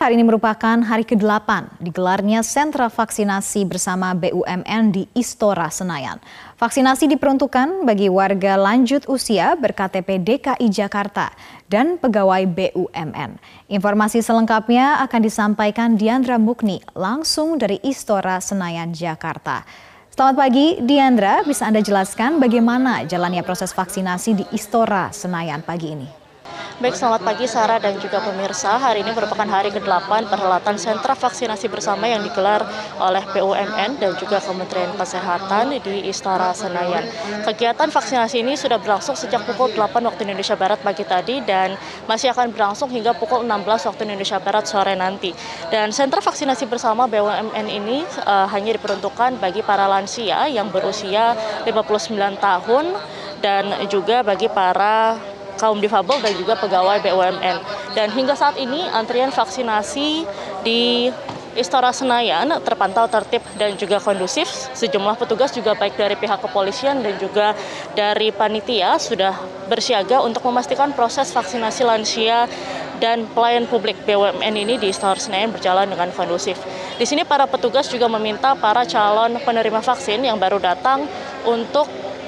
Hari ini merupakan hari ke-8 digelarnya sentra vaksinasi bersama BUMN di Istora Senayan. Vaksinasi diperuntukkan bagi warga lanjut usia berKTP DKI Jakarta dan pegawai BUMN. Informasi selengkapnya akan disampaikan Diandra Mukni langsung dari Istora Senayan, Jakarta. Selamat pagi, Diandra. Bisa Anda jelaskan bagaimana jalannya proses vaksinasi di Istora Senayan pagi ini? Baik, selamat pagi Sarah dan juga pemirsa. Hari ini merupakan hari ke-8 perhelatan sentra vaksinasi bersama yang digelar oleh BUMN dan juga Kementerian Kesehatan di Istora Senayan. Kegiatan vaksinasi ini sudah berlangsung sejak pukul 8 waktu Indonesia Barat pagi tadi dan masih akan berlangsung hingga pukul 16 waktu Indonesia Barat sore nanti. Dan sentra vaksinasi bersama BUMN ini hanya diperuntukkan bagi para lansia yang berusia 59 tahun dan juga bagi para kaum difabel dan juga pegawai BUMN. Dan hingga saat ini antrian vaksinasi di Istora Senayan terpantau tertib dan juga kondusif. Sejumlah petugas juga baik dari pihak kepolisian dan juga dari panitia sudah bersiaga untuk memastikan proses vaksinasi lansia dan pelayan publik BUMN ini di Istora Senayan berjalan dengan kondusif. Di sini para petugas juga meminta para calon penerima vaksin yang baru datang untuk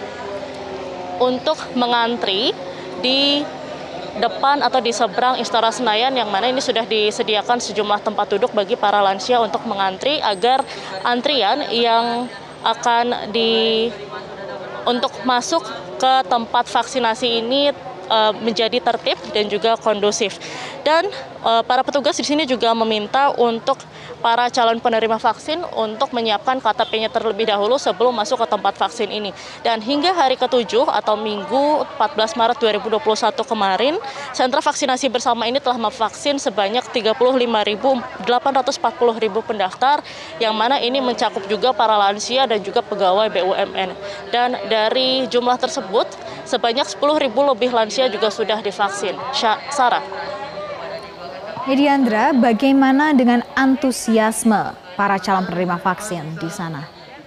mengantri di depan atau di seberang Istora Senayan, yang mana ini sudah disediakan sejumlah tempat duduk bagi para lansia untuk mengantri agar antrian yang akan untuk masuk ke tempat vaksinasi ini menjadi tertib dan juga kondusif. Dan para petugas di sini juga meminta untuk para calon penerima vaksin untuk menyiapkan KTP-nya terlebih dahulu sebelum masuk ke tempat vaksin ini. Dan hingga hari ke-7 atau Minggu 14 Maret 2021 kemarin, sentra vaksinasi bersama ini telah memvaksin sebanyak 35.840.000 pendaftar, yang mana ini mencakup juga para lansia dan juga pegawai BUMN. Dan dari jumlah tersebut, sebanyak 10.000 lebih lansia juga sudah divaksin. Sarah. Diandra, bagaimana dengan antusiasme para calon penerima vaksin di sana?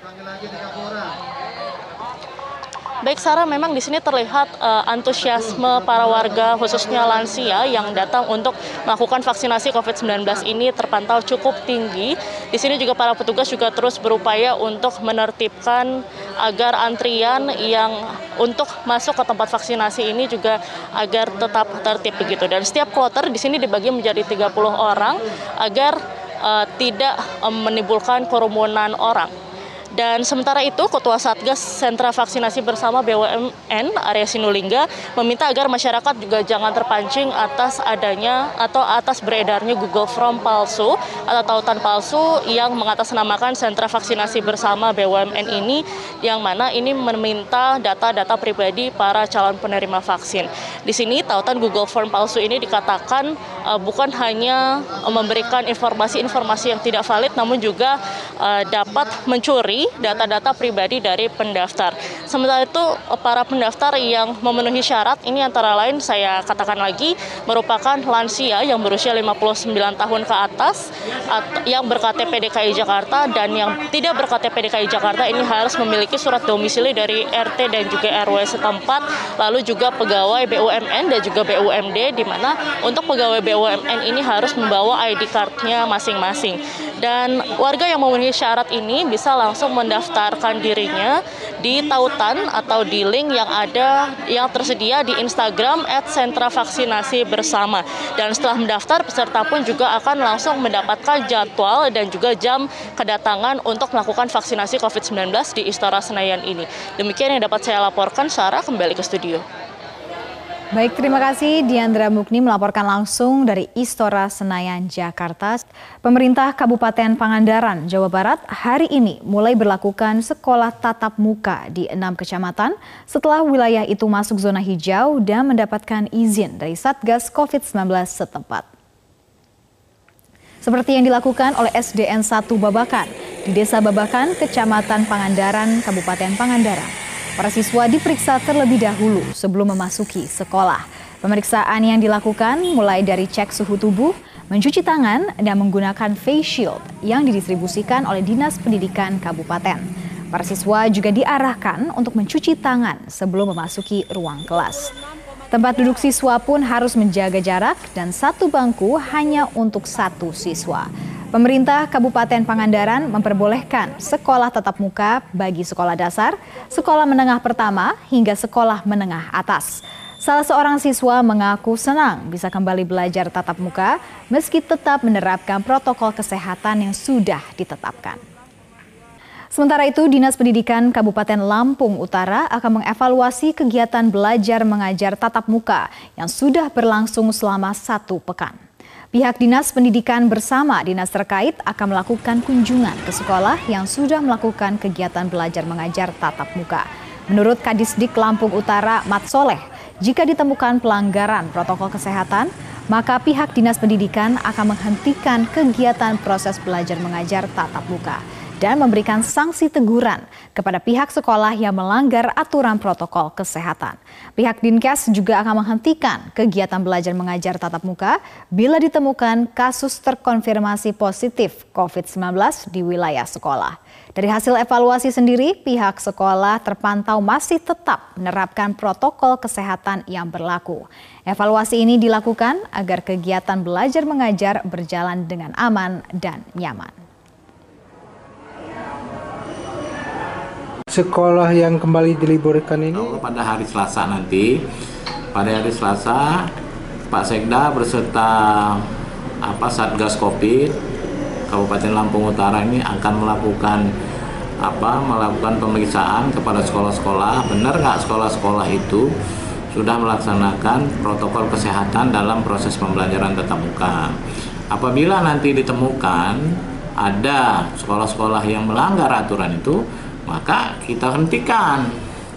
Baik Sarah, memang di sini terlihat antusiasme para warga khususnya lansia yang datang untuk melakukan vaksinasi COVID-19 ini terpantau cukup tinggi. Di sini juga para petugas juga terus berupaya untuk menertibkan agar antrian yang untuk masuk ke tempat vaksinasi ini juga agar tetap tertib begitu. Dan setiap kloter di sini dibagi menjadi 30 orang agar tidak menimbulkan kerumunan orang. Dan sementara itu, Ketua Satgas Sentra Vaksinasi Bersama BUMN, Arya Sinulinga, meminta agar masyarakat juga jangan terpancing atas adanya atau atas beredarnya Google Form palsu atau tautan palsu yang mengatasnamakan Sentra Vaksinasi Bersama BUMN ini, yang mana ini meminta data-data pribadi para calon penerima vaksin. Di sini, tautan Google Form palsu ini dikatakan bukan hanya memberikan informasi-informasi yang tidak valid, namun juga dapat mencuri data-data pribadi dari pendaftar. Sementara itu, para pendaftar yang memenuhi syarat ini antara lain saya katakan lagi merupakan lansia yang berusia 59 tahun ke atas, yang berKTP DKI Jakarta, dan yang tidak berKTP DKI Jakarta ini harus memiliki surat domisili dari RT dan juga RW setempat, lalu juga pegawai BUMN dan juga BUMD, di mana untuk pegawai BUMN ini harus membawa ID card-nya masing-masing. Dan warga yang memenuhi syarat ini bisa langsung mendaftarkan dirinya di tautan atau di link yang tersedia di Instagram @sentra_vaksinasi_bersama. Dan setelah mendaftar, peserta pun juga akan langsung mendapatkan jadwal dan juga jam kedatangan untuk melakukan vaksinasi COVID-19 di Istora Senayan ini. Demikian yang dapat saya laporkan. Sarah, kembali ke studio. Baik, terima kasih Diandra Mukni melaporkan langsung dari Istora Senayan, Jakarta. Pemerintah Kabupaten Pangandaran, Jawa Barat hari ini mulai berlakukan sekolah tatap muka di 6 kecamatan setelah wilayah itu masuk zona hijau dan mendapatkan izin dari Satgas COVID-19 setempat. Seperti yang dilakukan oleh SDN 1 Babakan di Desa Babakan, Kecamatan Pangandaran, Kabupaten Pangandaran. Para siswa diperiksa terlebih dahulu sebelum memasuki sekolah. Pemeriksaan yang dilakukan mulai dari cek suhu tubuh, mencuci tangan, dan menggunakan face shield yang didistribusikan oleh Dinas Pendidikan Kabupaten. Para siswa juga diarahkan untuk mencuci tangan sebelum memasuki ruang kelas. Tempat duduk siswa pun harus menjaga jarak dan satu bangku hanya untuk satu siswa. Pemerintah Kabupaten Pangandaran memperbolehkan sekolah tatap muka bagi sekolah dasar, sekolah menengah pertama hingga sekolah menengah atas. Salah seorang siswa mengaku senang bisa kembali belajar tatap muka meski tetap menerapkan protokol kesehatan yang sudah ditetapkan. Sementara itu, Dinas Pendidikan Kabupaten Lampung Utara akan mengevaluasi kegiatan belajar mengajar tatap muka yang sudah berlangsung selama 1 pekan. Pihak Dinas Pendidikan bersama dinas terkait akan melakukan kunjungan ke sekolah yang sudah melakukan kegiatan belajar mengajar tatap muka. Menurut Kadisdik Lampung Utara, Mat Soleh, jika ditemukan pelanggaran protokol kesehatan, maka pihak Dinas Pendidikan akan menghentikan kegiatan proses belajar mengajar tatap muka dan memberikan sanksi teguran kepada pihak sekolah yang melanggar aturan protokol kesehatan. Pihak Dinkes juga akan menghentikan kegiatan belajar mengajar tatap muka bila ditemukan kasus terkonfirmasi positif COVID-19 di wilayah sekolah. Dari hasil evaluasi sendiri, pihak sekolah terpantau masih tetap menerapkan protokol kesehatan yang berlaku. Evaluasi ini dilakukan agar kegiatan belajar mengajar berjalan dengan aman dan nyaman. Sekolah yang kembali diliburkan ini pada hari Selasa nanti, pada hari Selasa Pak Sekda beserta Satgas Covid Kabupaten Lampung Utara ini akan melakukan pemeriksaan kepada sekolah-sekolah. Benar nggak sekolah-sekolah itu sudah melaksanakan protokol kesehatan dalam proses pembelajaran tatap muka. Apabila nanti ditemukan ada sekolah-sekolah yang melanggar aturan itu, maka kita hentikan.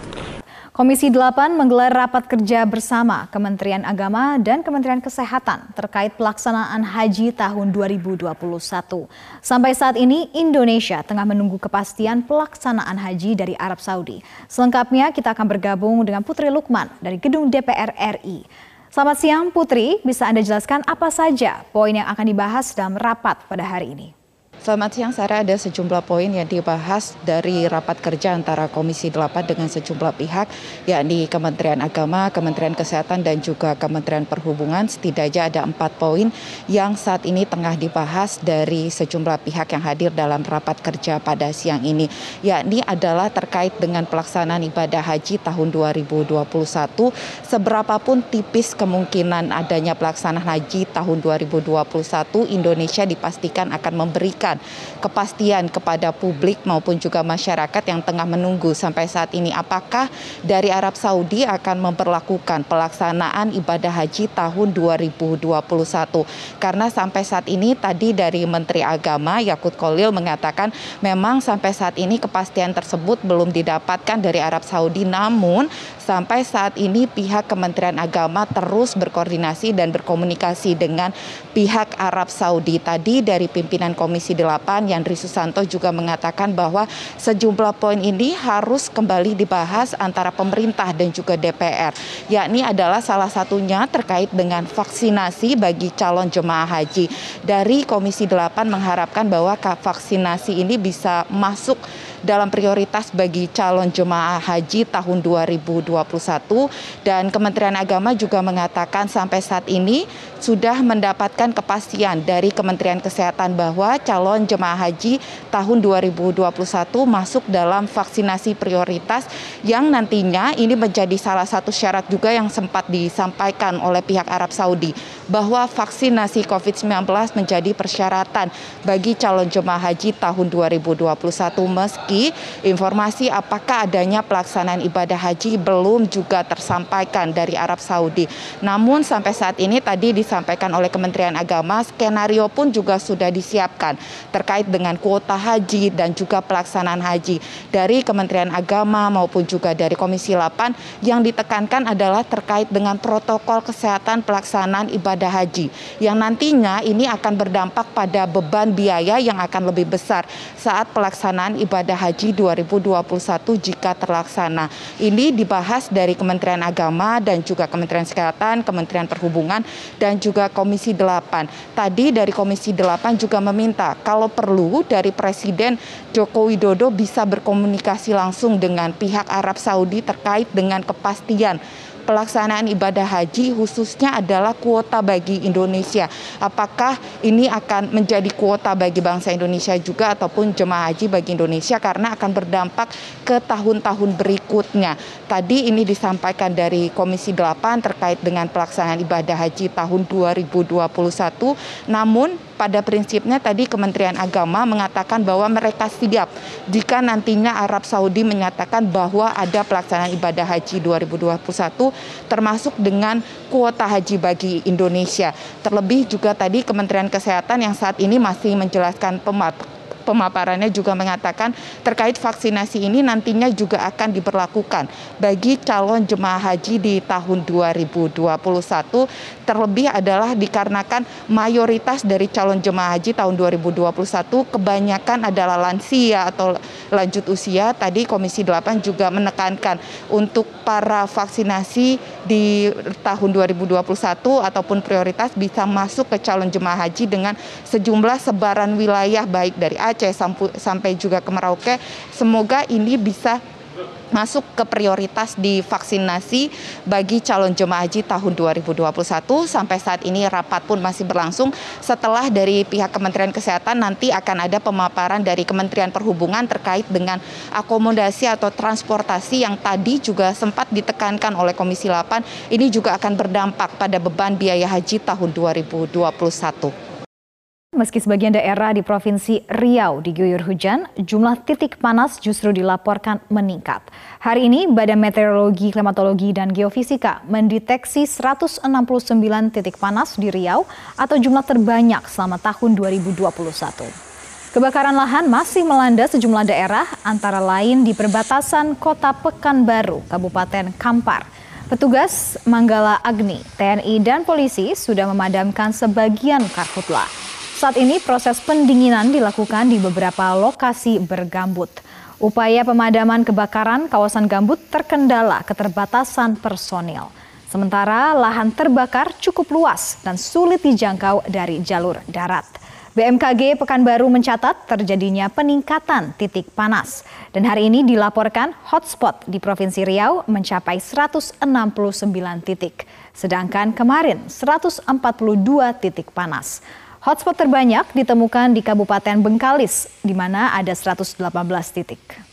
Komisi 8 menggelar rapat kerja bersama Kementerian Agama dan Kementerian Kesehatan terkait pelaksanaan haji tahun 2021. Sampai saat ini Indonesia tengah menunggu kepastian pelaksanaan haji dari Arab Saudi. Selengkapnya kita akan bergabung dengan Putri Lukman dari Gedung DPR RI. Selamat siang Putri, bisa Anda jelaskan apa saja poin yang akan dibahas dalam rapat pada hari ini? Selamat siang Sarah, ada sejumlah poin yang dibahas dari rapat kerja antara Komisi 8 dengan sejumlah pihak, yakni Kementerian Agama, Kementerian Kesehatan dan juga Kementerian Perhubungan. Setidaknya ada 4 poin yang saat ini tengah dibahas dari sejumlah pihak yang hadir dalam rapat kerja pada siang ini, yakni adalah terkait dengan pelaksanaan ibadah haji tahun 2021. Seberapapun tipis kemungkinan adanya pelaksanaan haji tahun 2021, Indonesia dipastikan akan memberikan kepastian kepada publik maupun juga masyarakat yang tengah menunggu sampai saat ini apakah dari Arab Saudi akan memperlakukan pelaksanaan ibadah haji tahun 2021. Karena sampai saat ini tadi dari Menteri Agama Yakut Kholil mengatakan memang sampai saat ini kepastian tersebut belum didapatkan dari Arab Saudi, namun sampai saat ini pihak Kementerian Agama terus berkoordinasi dan berkomunikasi dengan pihak Arab Saudi. Tadi dari pimpinan Komisi 8 Yandri Susanto juga mengatakan bahwa sejumlah poin ini harus kembali dibahas antara pemerintah dan juga DPR, yakni adalah salah satunya terkait dengan vaksinasi bagi calon jemaah haji. Dari Komisi 8 mengharapkan bahwa vaksinasi ini bisa masuk dalam prioritas bagi calon jemaah haji tahun 2021, dan Kementerian Agama juga mengatakan sampai saat ini sudah mendapatkan kepastian dari Kementerian Kesehatan bahwa calon jemaah haji tahun 2021 masuk dalam vaksinasi prioritas yang nantinya ini menjadi salah satu syarat juga yang sempat disampaikan oleh pihak Arab Saudi bahwa vaksinasi COVID-19 menjadi persyaratan bagi calon jemaah haji tahun 2021, meski informasi apakah adanya pelaksanaan ibadah haji belum juga tersampaikan dari Arab Saudi. Namun sampai saat ini tadi disampaikan oleh Kementerian Agama, skenario pun juga sudah disiapkan terkait dengan kuota haji dan juga pelaksanaan haji. Dari Kementerian Agama maupun juga dari Komisi 8 yang ditekankan adalah terkait dengan protokol kesehatan pelaksanaan ibadah haji yang nantinya ini akan berdampak pada beban biaya yang akan lebih besar saat pelaksanaan ibadah haji 2021 jika terlaksana. Ini dibahas dari Kementerian Agama dan juga Kementerian Kesehatan, Kementerian Perhubungan dan juga Komisi 8. Tadi dari Komisi 8 juga meminta kalau perlu dari Presiden Joko Widodo bisa berkomunikasi langsung dengan pihak Arab Saudi terkait dengan kepastian pelaksanaan ibadah haji khususnya adalah kuota bagi Indonesia. Apakah ini akan menjadi kuota bagi bangsa Indonesia juga ataupun jemaah haji bagi Indonesia karena akan berdampak ke tahun-tahun berikutnya. Tadi ini disampaikan dari Komisi 8 terkait dengan pelaksanaan ibadah haji tahun 2021. Namun pada prinsipnya tadi Kementerian Agama mengatakan bahwa mereka siap jika nantinya Arab Saudi menyatakan bahwa ada pelaksanaan ibadah haji 2021 termasuk dengan kuota haji bagi Indonesia. Terlebih juga tadi Kementerian Kesehatan yang saat ini masih menjelaskan pemaparannya juga mengatakan terkait vaksinasi ini nantinya juga akan diberlakukan bagi calon jemaah haji di tahun 2021. Terlebih adalah dikarenakan mayoritas dari calon jemaah haji tahun 2021 kebanyakan adalah lansia atau lanjut usia. Tadi Komisi 8 juga menekankan untuk para vaksinasi di tahun 2021 ataupun prioritas bisa masuk ke calon jemaah haji dengan sejumlah sebaran wilayah baik dari Aceh sampai juga ke Merauke. Semoga ini bisa masuk ke prioritas di vaksinasi bagi calon jemaah haji tahun 2021. Sampai saat ini rapat pun masih berlangsung. Setelah dari pihak Kementerian Kesehatan nanti akan ada pemaparan dari Kementerian Perhubungan terkait dengan akomodasi atau transportasi yang tadi juga sempat ditekankan oleh Komisi 8. Ini juga akan berdampak pada beban biaya haji tahun 2021. Meski sebagian daerah di Provinsi Riau diguyur hujan, jumlah titik panas justru dilaporkan meningkat. Hari ini, Badan Meteorologi, Klimatologi, dan Geofisika mendeteksi 169 titik panas di Riau atau jumlah terbanyak selama tahun 2021. Kebakaran lahan masih melanda sejumlah daerah, antara lain di perbatasan Kota Pekanbaru, Kabupaten Kampar. Petugas Manggala Agni, TNI, dan polisi sudah memadamkan sebagian karhutla. Saat ini proses pendinginan dilakukan di beberapa lokasi bergambut. Upaya pemadaman kebakaran kawasan gambut terkendala keterbatasan personil. Sementara lahan terbakar cukup luas dan sulit dijangkau dari jalur darat. BMKG Pekanbaru mencatat terjadinya peningkatan titik panas. Dan hari ini dilaporkan hotspot di Provinsi Riau mencapai 169 titik. Sedangkan kemarin 142 titik panas. Hotspot terbanyak ditemukan di Kabupaten Bengkalis, di mana ada 118 titik.